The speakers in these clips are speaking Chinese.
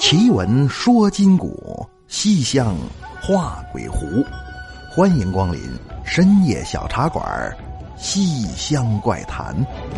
奇闻说今古，西厢画鬼狐。欢迎光临深夜小茶馆，西厢怪谈。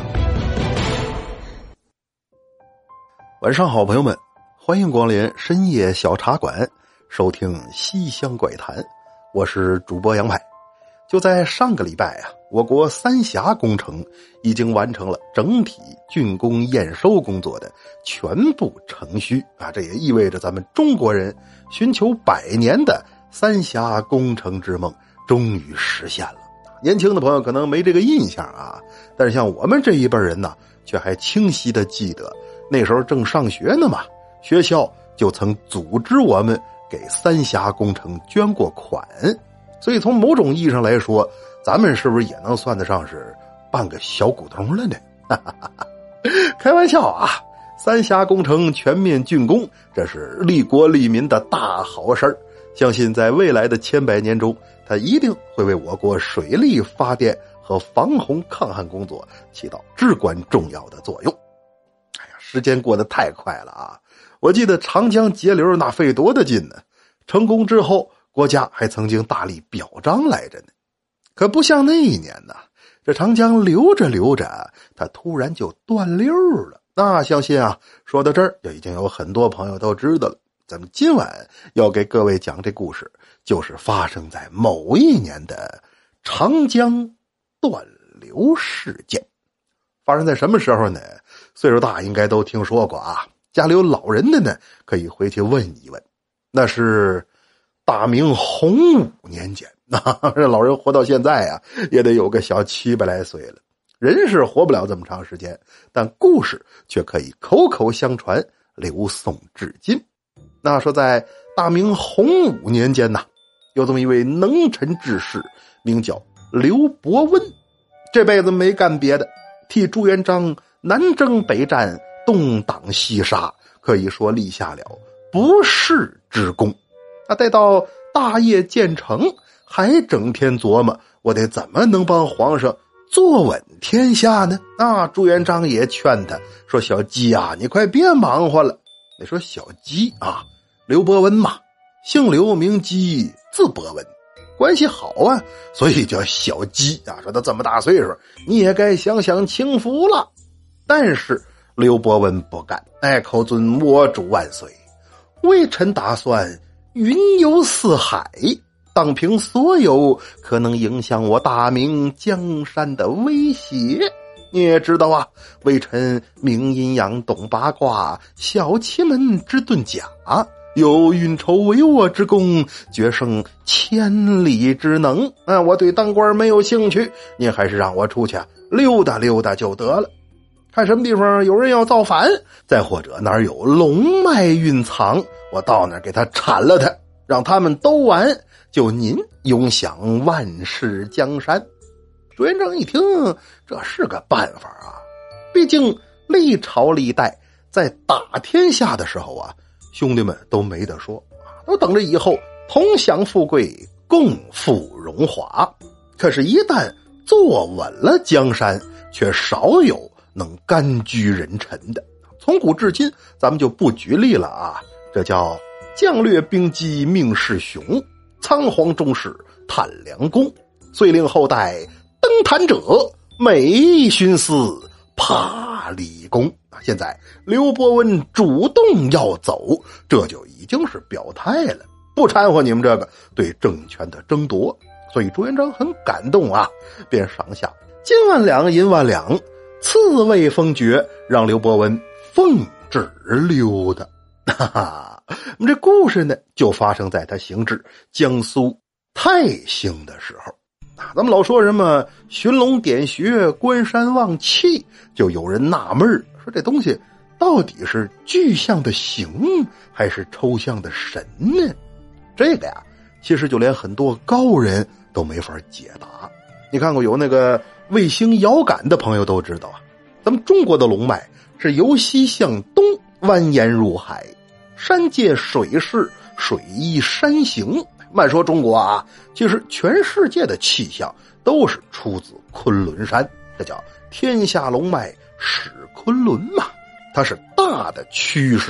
晚上好，朋友们，欢迎光临深夜小茶馆，收听西厢怪谈。我是主播杨派。就在上个礼拜啊，我国三峡工程已经完成了整体竣工验收工作的全部程序啊，这也意味着咱们中国人寻求100年的三峡工程之梦终于实现了。年轻的朋友可能没这个印象啊，但是像我们这一辈人呢，却还清晰的记得那时候正上学呢嘛，学校就曾组织我们给三峡工程捐过款。所以从某种意义上来说，咱们是不是也能算得上是半个小股东了呢？开玩笑啊，三峡工程全面竣工，这是利国利民的大好事儿。相信在未来的千百年中，它一定会为我国水利发电和防洪抗旱工作起到至关重要的作用。哎呀，时间过得太快了啊！我记得长江截流那费多大劲呢，成功之后国家还曾经大力表彰来着呢。可不像那一年呢，这长江流着流着，它突然就断流了。那相信啊，说到这儿就已经有很多朋友都知道了。咱们今晚要给各位讲这故事，就是发生在某一年的长江断流事件。发生在什么时候呢？岁数大应该都听说过啊，家里有老人的呢，可以回去问一问。那是大明洪武年间，这老人活到现在啊，也得有个小700来岁了。人是活不了这么长时间，但故事却可以口口相传，流颂至今。那说在大明洪武年间呢，有这么一位能臣志士，名叫刘伯温。这辈子没干别的，替朱元璋南征北战，东挡西杀，可以说立下了不世之功。待到大业建成，还整天琢磨我得怎么能帮皇上坐稳天下呢？朱元璋也劝他说，小鸡啊，你快别忙活了。你说小鸡啊，刘伯温嘛，姓刘名鸡，字伯温，关系好啊，所以叫小鸡啊。说他这么大岁数，你也该享享清福了。但是刘伯温不干，口尊我主万岁，微臣打算云游四海，荡平所有可能影响我大明江山的威胁。你也知道啊，微臣明阴阳懂八卦，小奇门之遁甲，有运筹帷幄之功，决胜千里之能。我对当官没有兴趣，你还是让我出去溜达溜达就得了。看什么地方有人要造反，再或者哪儿有龙脉蕴藏，我到那儿给他铲了他，让他们都完，就您永享万世江山。朱元璋一听，这是个办法啊！毕竟历朝历代在打天下的时候啊，兄弟们都没得说，都等着以后同享富贵，共赴荣华。可是一旦坐稳了江山，却少有能甘居人臣的。从古至今咱们就不举例了啊，这叫将略兵机命世雄，仓皇中士探良功，遂令后代登坛者每寻思怕立功。现在刘伯温主动要走，这就已经是表态了，不掺和你们这个对政权的争夺。所以朱元璋很感动啊，便赏下金万两银万两，赐位封爵，让刘伯温奉旨溜达。我们这故事呢，就发生在他行至江苏泰兴的时候。咱们老说什么寻龙点穴，观山望气，就有人纳闷说这东西到底是具象的形还是抽象的神呢？这个呀，其实就连很多高人都没法解答。你看过有那个卫星遥感的朋友都知道啊，咱们中国的龙脉是由西向东蜿蜒入海，山界水势，水依山形。慢说中国啊，其实全世界的气象都是出自昆仑山，这叫天下龙脉始昆仑嘛，它是大的趋势。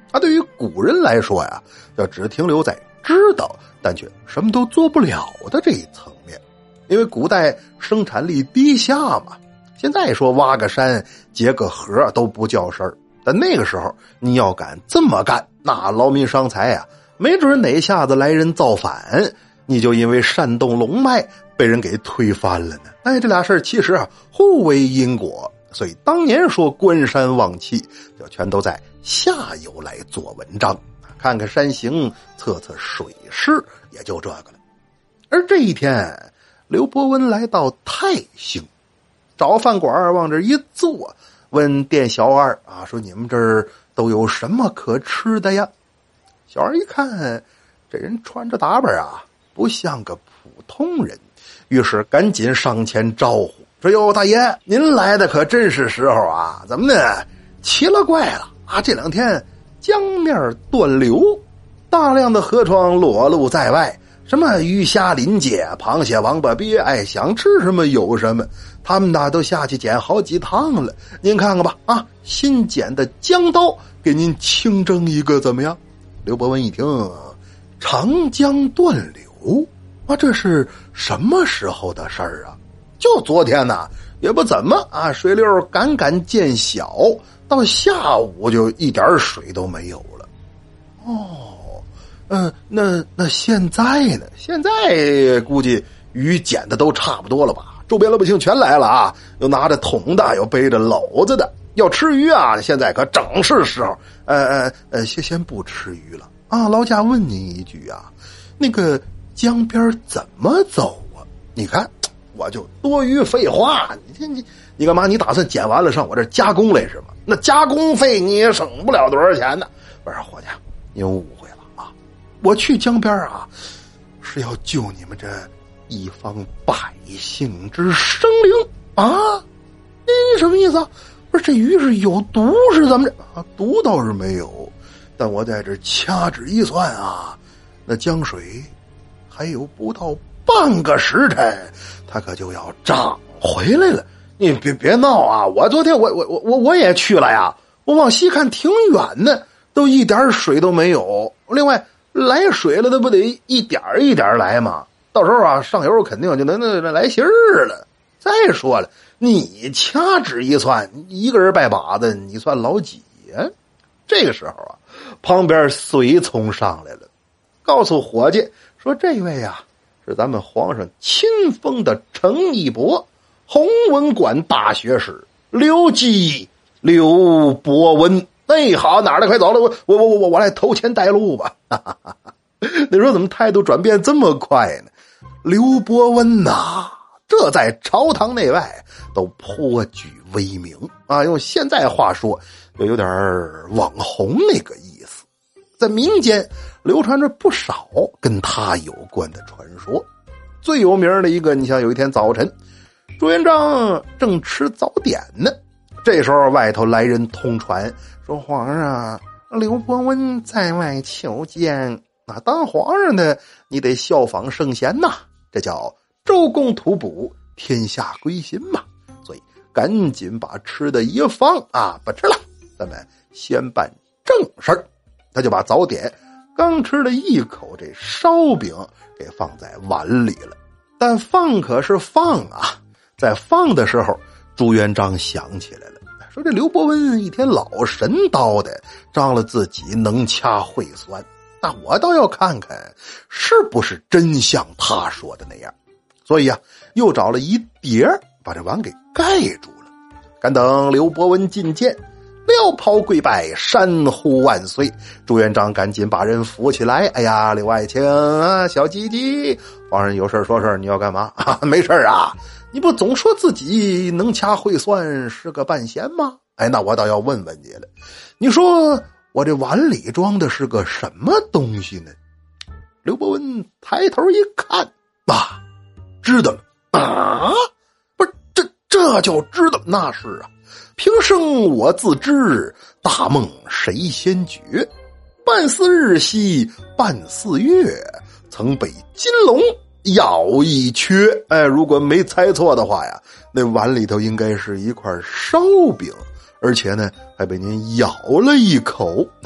对于古人来说呀，要只停留在知道但却什么都做不了的这一层面。因为古代生产力低下嘛，现在说挖个山结个河都不叫事儿，但那个时候你要敢这么干，那劳民伤财啊，没准哪下子来人造反，你就因为煽动龙脉被人给推翻了呢。这俩事儿其实互为因果，所以当年说观山望气，就全都在下游来做文章，看看山形，测测水势，也就这个了。而这一天，刘伯温来到泰兴，找饭馆往这一坐，问店小二说你们这儿都有什么可吃的呀？小二一看这人穿着打扮不像个普通人，于是赶紧上前招呼说：哟，大爷，您来的可真是时候啊！怎么呢？奇了怪了这两天江面断流，大量的河床裸露在外，什么鱼虾鳞介、螃蟹、王八鳖，想吃什么有什么，他们都下去捡好几趟了。您看看吧，新捡的江刀，给您清蒸一个怎么样？刘伯温一听，长江断流这是什么时候的事儿啊？就昨天呢，也不怎么水流赶赶见小，到下午就一点水都没有了。那现在呢？现在估计鱼捡的都差不多了吧？周边老百姓全来了有拿着桶的，有背着篓子的，要吃鱼现在可正是时候。先不吃鱼了劳驾问您一句那个江边怎么走你看我就多余废话，你干嘛？你打算捡完了上我这加工来是吗？那加工费你也省不了多少钱呢。不是伙计，您误会了我去江边是要救你们这一方百姓之生灵您什么意思不是这鱼是有毒是怎么着毒倒是没有，但我在这掐指一算那江水还有不到半个时辰，它可就要涨回来了。你别闹我昨天我也去了呀，我往西看挺远的，都一点水都没有。另外来水了，那不得一点一点来吗？到时候上游肯定就能来信儿了。再说了，你掐指一算，一个人拜把子，你算老几呀？这个时候旁边随从上来了，告诉伙计说：这位是咱们皇上亲封的程义伯，弘文馆大学士刘基刘伯温。好，哪儿的快走了，我来头前带路吧。你说怎么态度转变这么快呢？刘伯温这在朝堂内外都颇具威名用现在话说就有点网红那个意思。在民间流传着不少跟他有关的传说。最有名的一个，你像有一天早晨，朱元璋正吃早点呢，这时候外头来人通传说皇上刘伯温在外求见当皇上的你得效仿圣贤这叫周公吐哺，天下归心嘛。所以赶紧把吃的一放不吃了，咱们先办正事儿。他就把早点刚吃了一口这烧饼给放在碗里了。但放可是放在放的时候，朱元璋想起来了，说这刘伯温一天老神叨的，仗了自己能掐会算，那我倒要看看是不是真像他说的那样。所以又找了一碟把这碗给盖住了。赶等刘伯温觐见，撩袍跪拜，山呼万岁。朱元璋赶紧把人扶起来，刘爱卿小鸡鸡，皇上有事说事，你要干嘛没事你不总说自己能掐会算是个半仙吗？那我倒要问问你了，你说我这碗里装的是个什么东西呢？刘伯温抬头一看知道了不是这就知道了，那是平生我自知，大梦谁先觉？半似日兮半似月，曾被金龙咬一缺。如果没猜错的话那碗里头应该是一块烧饼，而且呢还被您咬了一口。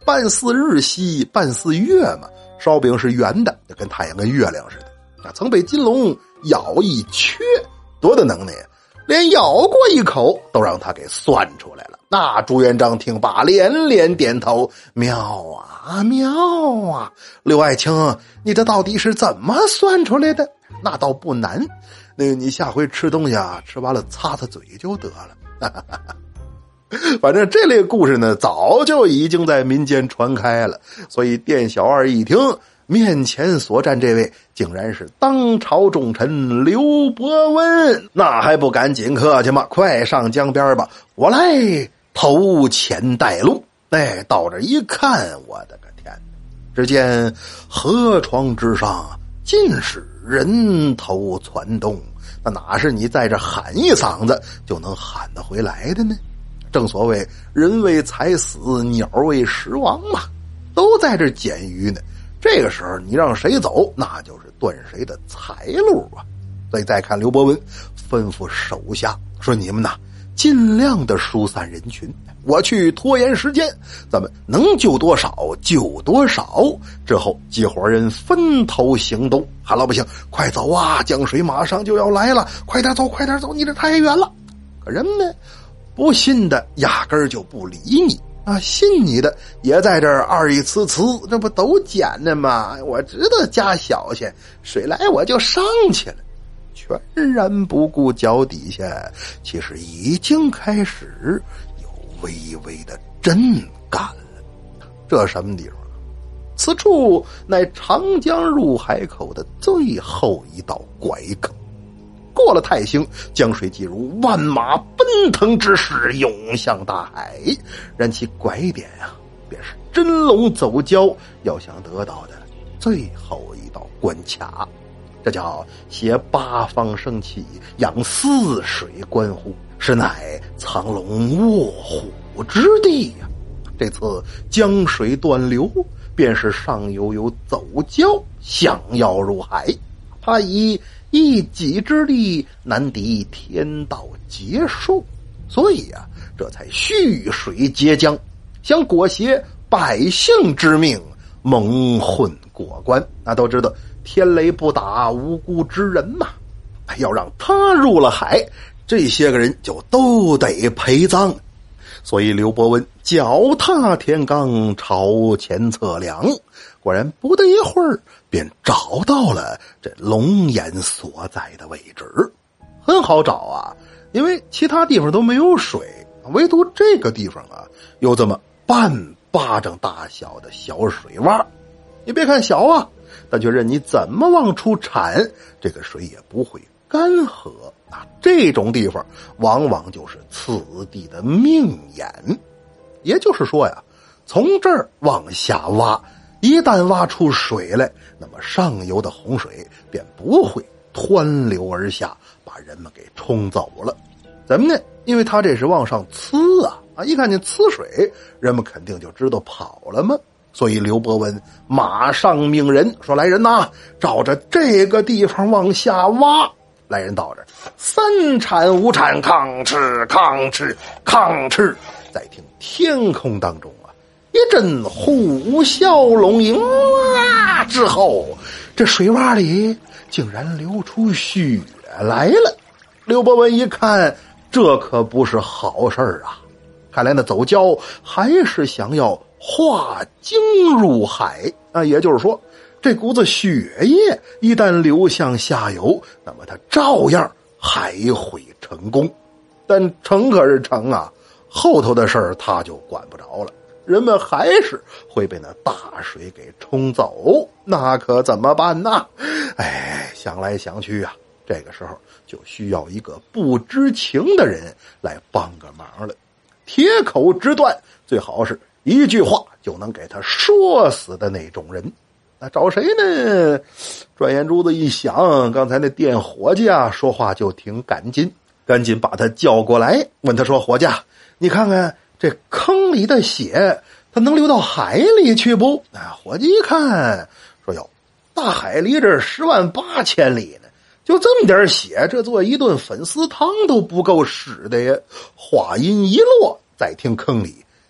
半似日西，半似月嘛。烧饼是圆的，就跟太阳跟月亮似的。曾被金龙咬一缺，多大能耐呀！连咬过一口都让他给算出来了。那朱元璋听罢连连点头，妙啊妙啊！刘爱卿，你这到底是怎么算出来的？那倒不难，你下回吃东西啊，吃完了擦擦嘴就得了。反正这类故事呢，早就已经在民间传开了。所以店小二一听，面前所站这位竟然是当朝重臣刘伯温，那还不赶紧客气吗？快上江边吧，我来头前带路。到这一看，我的个天！只见河床之上尽是人头攒动，那哪是你在这喊一嗓子就能喊得回来的呢？正所谓人为财死，鸟为食亡嘛，都在这捡鱼呢。这个时候你让谁走，那就是断谁的财路啊！所以再看刘伯温吩咐手下说：“你们呐，尽量的疏散人群，我去拖延时间，咱们能救多少救多少。之后几伙人分头行动。喊老百姓快走啊，江水马上就要来了，快点走快点走，你这太远了。”可人们不信的压根儿就不理你啊，信你的也在这儿二一呲呲，这不都捡呢吗？我知道加小心，水来我就上去了，全然不顾脚底下其实已经开始有微微的震感了。这什么地方？此处乃长江入海口的最后一道拐坑。过了泰兴，江水即如万马奔腾之势涌向大海，然其拐点啊，便是真龙走蛟要想得到的最后一道关卡。这叫携八方生气，养四水观湖，实乃藏龙卧虎之地呀。这次江水断流，便是上游有走蛟想要入海，怕以一己之力难敌天道劫数，所以啊，这才蓄水截江，想裹挟百姓之命，蒙混过关。那都知道天雷不打无辜之人嘛，要让他入了海，这些个人就都得陪葬。所以刘伯温脚踏天罡，朝前测量，果然不得一会儿便找到了这龙眼所在的位置。很好找啊，因为其他地方都没有水，唯独这个地方啊有这么半巴掌大小的小水洼。你别看小啊，但却任你怎么往出铲，这个水也不会干涸啊。这种地方往往就是此地的命眼。也就是说呀，从这儿往下挖，一旦挖出水来，那么上游的洪水便不会湍流而下，把人们给冲走了。怎么呢？因为他这是往上呲啊，一看见呲水，人们肯定就知道跑了嘛。所以刘伯温马上命人说：“来人呐，照着这个地方往下挖。”来人到这三铲五铲，吭哧吭哧吭哧，再听天空当中啊一阵虎啸龙吟啊，之后这水洼里竟然流出血来了。刘伯温一看，这可不是好事啊！看来那走蛟还是想要化精入海啊，也就是说，这股子血液一旦流向下游，那么它照样还会成功。但成可是成啊，后头的事儿他就管不着了，人们还是会被那大水给冲走，那可怎么办呢？想来想去啊，这个时候就需要一个不知情的人来帮个忙了。铁口直断，最好是一句话就能给他说死的那种人。那找谁呢？转眼珠子一想，刚才那店伙计啊说话就挺赶紧，赶紧把他叫过来，问他说：“伙计，你看看这坑里的血，它能流到海里去不？”伙计一看说：“哟，大海离这108000里呢，就这么点血，这做一顿粉丝汤都不够使的呀。”话音一落，再听坑里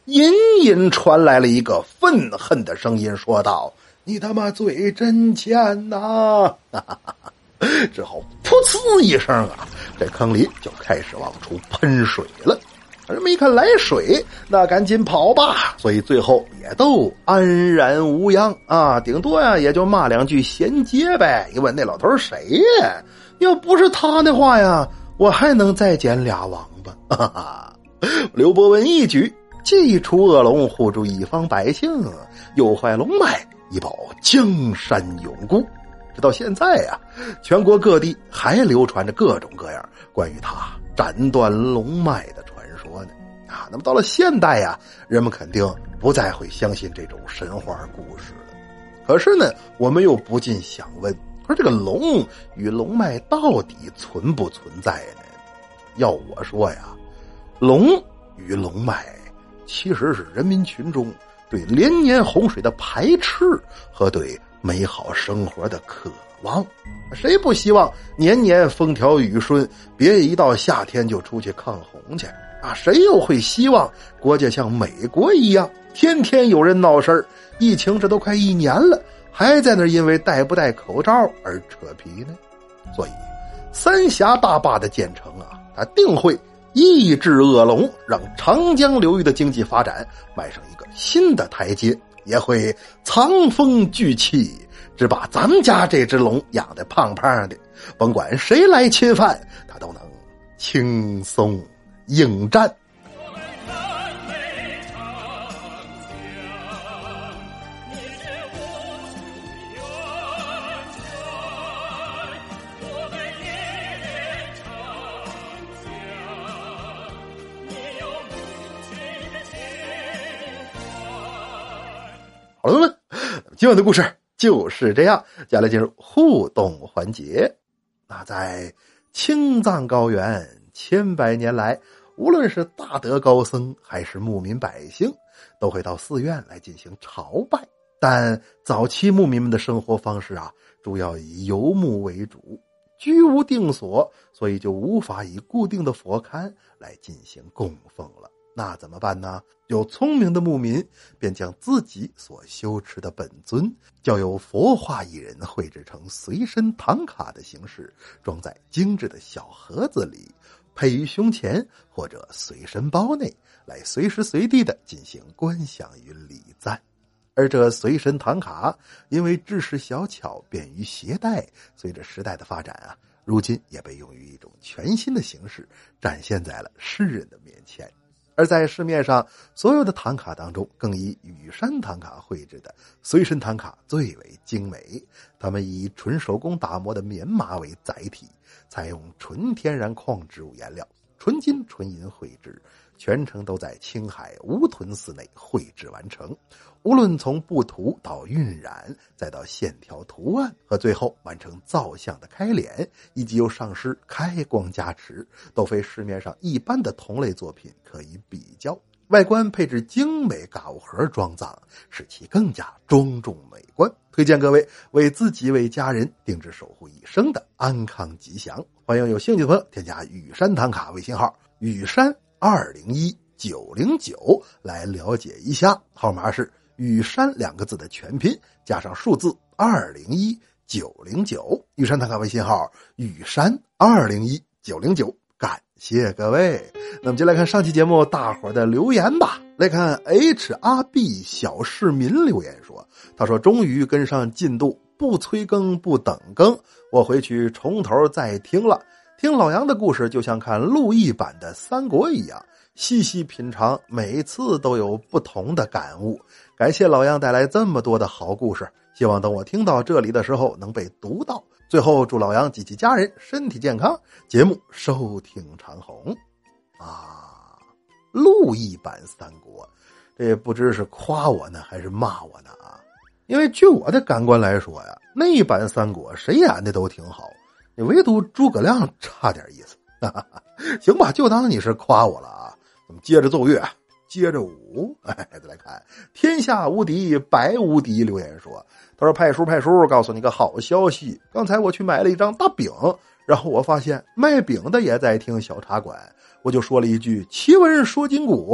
隐隐传来了一个愤恨的声音，说道：“你他妈嘴真欠呐！”之后噗呲一声啊，这坑里就开始往出喷水了。人们一看来水，那赶紧跑吧，所以最后也都安然无恙啊，顶多呀也就骂两句衔接呗。一问那老头谁呀？要不是他的话呀，我还能再捡俩王八。哈哈，刘伯温一举既除恶龙，护住一方百姓，又坏龙脉，以保江山永固。直到现在呀，全国各地还流传着各种各样关于他斩断龙脉的传说呢。啊，那么到了现代呀，人们肯定不再会相信这种神话故事了。可是呢，我们又不禁想问，而这个龙与龙脉到底存不存在呢？要我说呀，龙与龙脉其实是人民群众对连年洪水的排斥和对美好生活的渴望。谁不希望年年风调雨顺，别一到夏天就出去抗洪去啊？谁又会希望国家像美国一样天天有人闹事儿？疫情这都快1年了，还在那因为戴不戴口罩而扯皮呢？所以三峡大坝的建成啊，它定会抑制恶龙，让长江流域的经济发展迈上一个新的台阶，也会藏风聚气，只把咱们家这只龙养得胖胖的，甭管谁来侵犯，它都能轻松应战。好了，今晚的故事就是这样，接下来进入互动环节。那在青藏高原千百年来，无论是大德高僧还是牧民百姓，都会到寺院来进行朝拜。但早期牧民们的生活方式啊，主要以游牧为主，居无定所，所以就无法以固定的佛龛来进行供奉了。那怎么办呢？有聪明的牧民便将自己所修持的本尊交由佛化艺人绘制成随身唐卡的形式，装在精致的小盒子里，配于胸前或者随身包内，来随时随地的进行观想与礼赞。而这随身唐卡因为制式小巧，便于携带，随着时代的发展啊，如今也被用于一种全新的形式展现在了世人的面前。而在市面上所有的唐卡当中，更以羽山唐卡绘制的随身唐卡最为精美。它们以纯手工打磨的棉麻为载体，采用纯天然矿植物颜料，纯金纯银绘制，全程都在青海乌屯寺内绘制完成。无论从布涂到晕染，再到线条图案，和最后完成造像的开脸，以及由上师开光加持，都非市面上一般的同类作品可以比较。外观配置精美嘎物盒装藏，使其更加庄重美观。推荐各位为自己为家人定制守护一生的安康吉祥。欢迎有兴趣的朋友添加羽山唐卡微信号羽山201909来了解一下，号码是羽山2个字的全拼加上数字201909，羽山唐卡微信号羽山201909。感谢各位。那么就来看上期节目大伙的留言吧。来看 HRB 小市民留言说，他说终于跟上进度，不催更不等更，我回去从头再听了。听老杨的故事就像看录译版的三国一样，细细品尝，每次都有不同的感悟。感谢老杨带来这么多的好故事，希望等我听到这里的时候能被读到。最后祝老杨及其家人身体健康，节目收听长虹啊！录译版三国，这也不知是夸我呢还是骂我呢啊！因为据我的感官来说呀，那一版三国谁演的都挺好，唯独诸葛亮差点意思。行吧，就当你是夸我了啊！咱们接着奏乐，接着舞。再来看天下无敌白无敌留言说，他说派叔告诉你个好消息，刚才我去买了一张大饼，然后我发现卖饼的也在听小茶馆，我就说了一句奇闻说今古，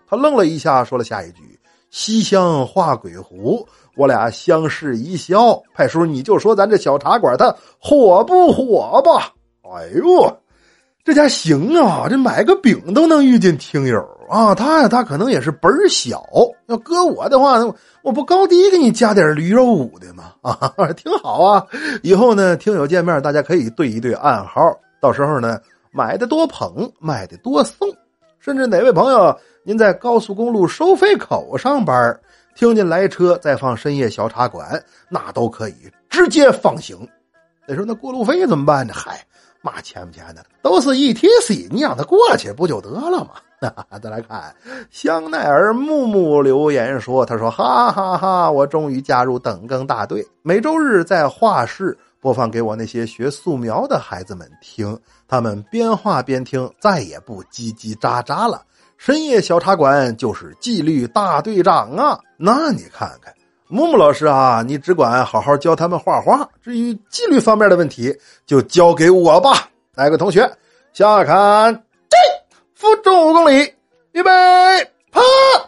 他愣了一下，说了下一句：西厢画鬼狐。我俩相视一笑，派叔你就说咱这小茶馆它火不火吧？哎呦，这家行啊，这买个饼都能遇见听友啊！他可能也是本儿小，要搁我的话，我不高低给你加点驴肉舞的吗？啊，挺好啊！以后呢，听友见面大家可以对一对暗号，到时候呢，买的多捧，卖的多送。甚至哪位朋友您在高速公路收费口上班，听见来车再放深夜小茶馆，那都可以直接放行。那时候那过路费怎么办呢？嗨，嘛钱不钱的，都是 ETC， 你让他过去不就得了吗？再来看香奈儿木木留言说，他说哈哈哈，我终于加入等更大队，每周日在画室播放给我那些学素描的孩子们听，他们边画边听，再也不叽叽喳喳了。深夜小茶馆就是纪律大队长啊！那你看看木木老师啊，你只管好好教他们画画，至于纪律方面的问题就交给我吧。来个同学下看这负重5公里，预备跑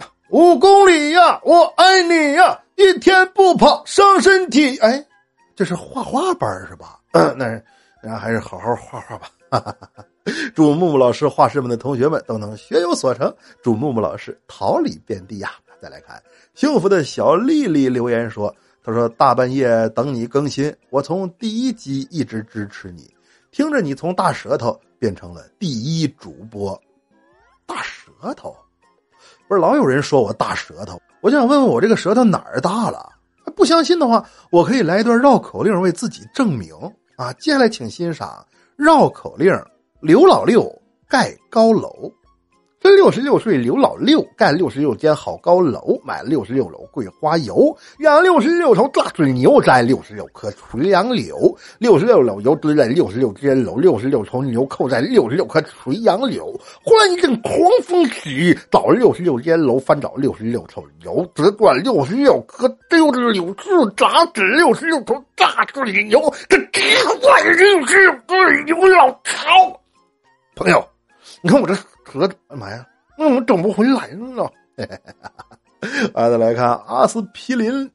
5公里呀，我爱你呀，一天不跑伤身体。哎，这是画画班是吧？那还是好好画画吧。祝木木老师画室们的同学们都能学有所成，祝木木老师桃李遍地呀。再来看幸福的小丽丽留言说，他说大半夜等你更新，我从第1集一直支持你，听着你从大舌头变成了第1主播。大舌头不是老有人说我大舌头，我就想问问我这个舌头哪儿大了？不相信的话，我可以来一段绕口令为自己证明啊！接下来请欣赏绕口令：刘老六盖高楼。这66岁刘老六盖66间好高楼，买了66篓桂花油，养66头大水牛，摘66棵垂杨柳，66篓油堆在66间楼，66头牛扣在66棵垂杨柳。忽然一阵狂风起，倒66间楼，翻倒66头牛，折断66棵丢着柳树，砸死66头大水牛，这急坏66对牛老巢。朋友，你看我这舌头，哎妈呀，那我整不回来了。再来看阿司匹林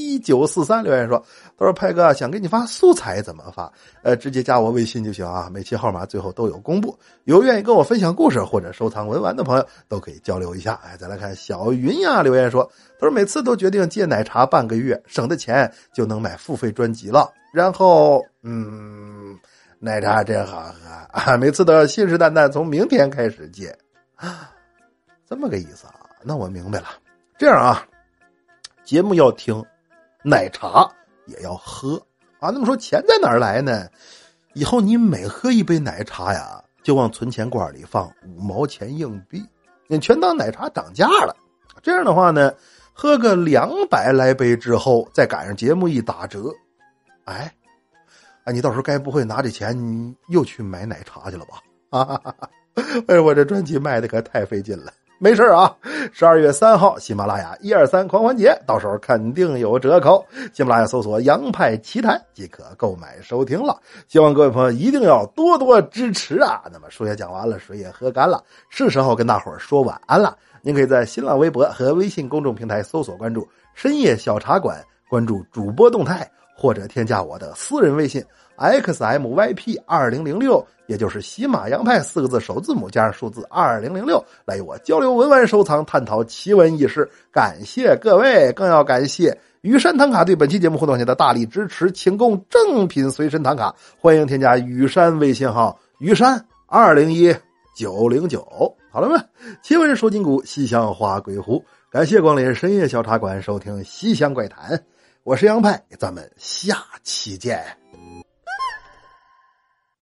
1943留言说，他说派哥想给你发素材怎么发？直接加我微信就行啊，每期号码最后都有公布，有愿意跟我分享故事或者收藏文玩的朋友都可以交流一下。再来看小云呀留言说，他说每次都决定戒奶茶半个月，省的钱就能买付费专辑了，然后奶茶真好喝啊！每次都要信誓旦旦从明天开始戒，这么个意思啊？那我明白了。这样啊，节目要听，奶茶也要喝啊。那么说钱在哪儿来呢？以后你每喝一杯奶茶呀，就往存钱罐里放5毛钱硬币，你全当奶茶涨价了。这样的话呢，喝个200来杯之后，再赶上节目一打折，你到时候该不会拿这钱你又去买奶茶去了吧？哎，我这专辑卖的可太费劲了。没事啊，12月3号喜马拉雅123狂欢节，到时候肯定有折扣。喜马拉雅搜索洋派奇谈即可购买收听了。希望各位朋友一定要多多支持啊！那么书也讲完了，水也喝干了，是时候跟大伙儿说晚安了。您可以在新浪微博和微信公众平台搜索关注深夜小茶馆，关注主播动态，或者添加我的私人微信 XMYP2006，也就是喜马洋派4个字首字母加上数字2006，来与我交流文玩收藏，探讨奇闻异事。感谢各位，更要感谢雨山唐卡对本期节目互动前的大力支持，请供正品随身唐卡，欢迎添加雨山微信号雨山201909。好了吗？奇闻说金谷，西厢画鬼狐。感谢光临深夜小茶馆，收听西厢怪谈。我是杨派，咱们下期见。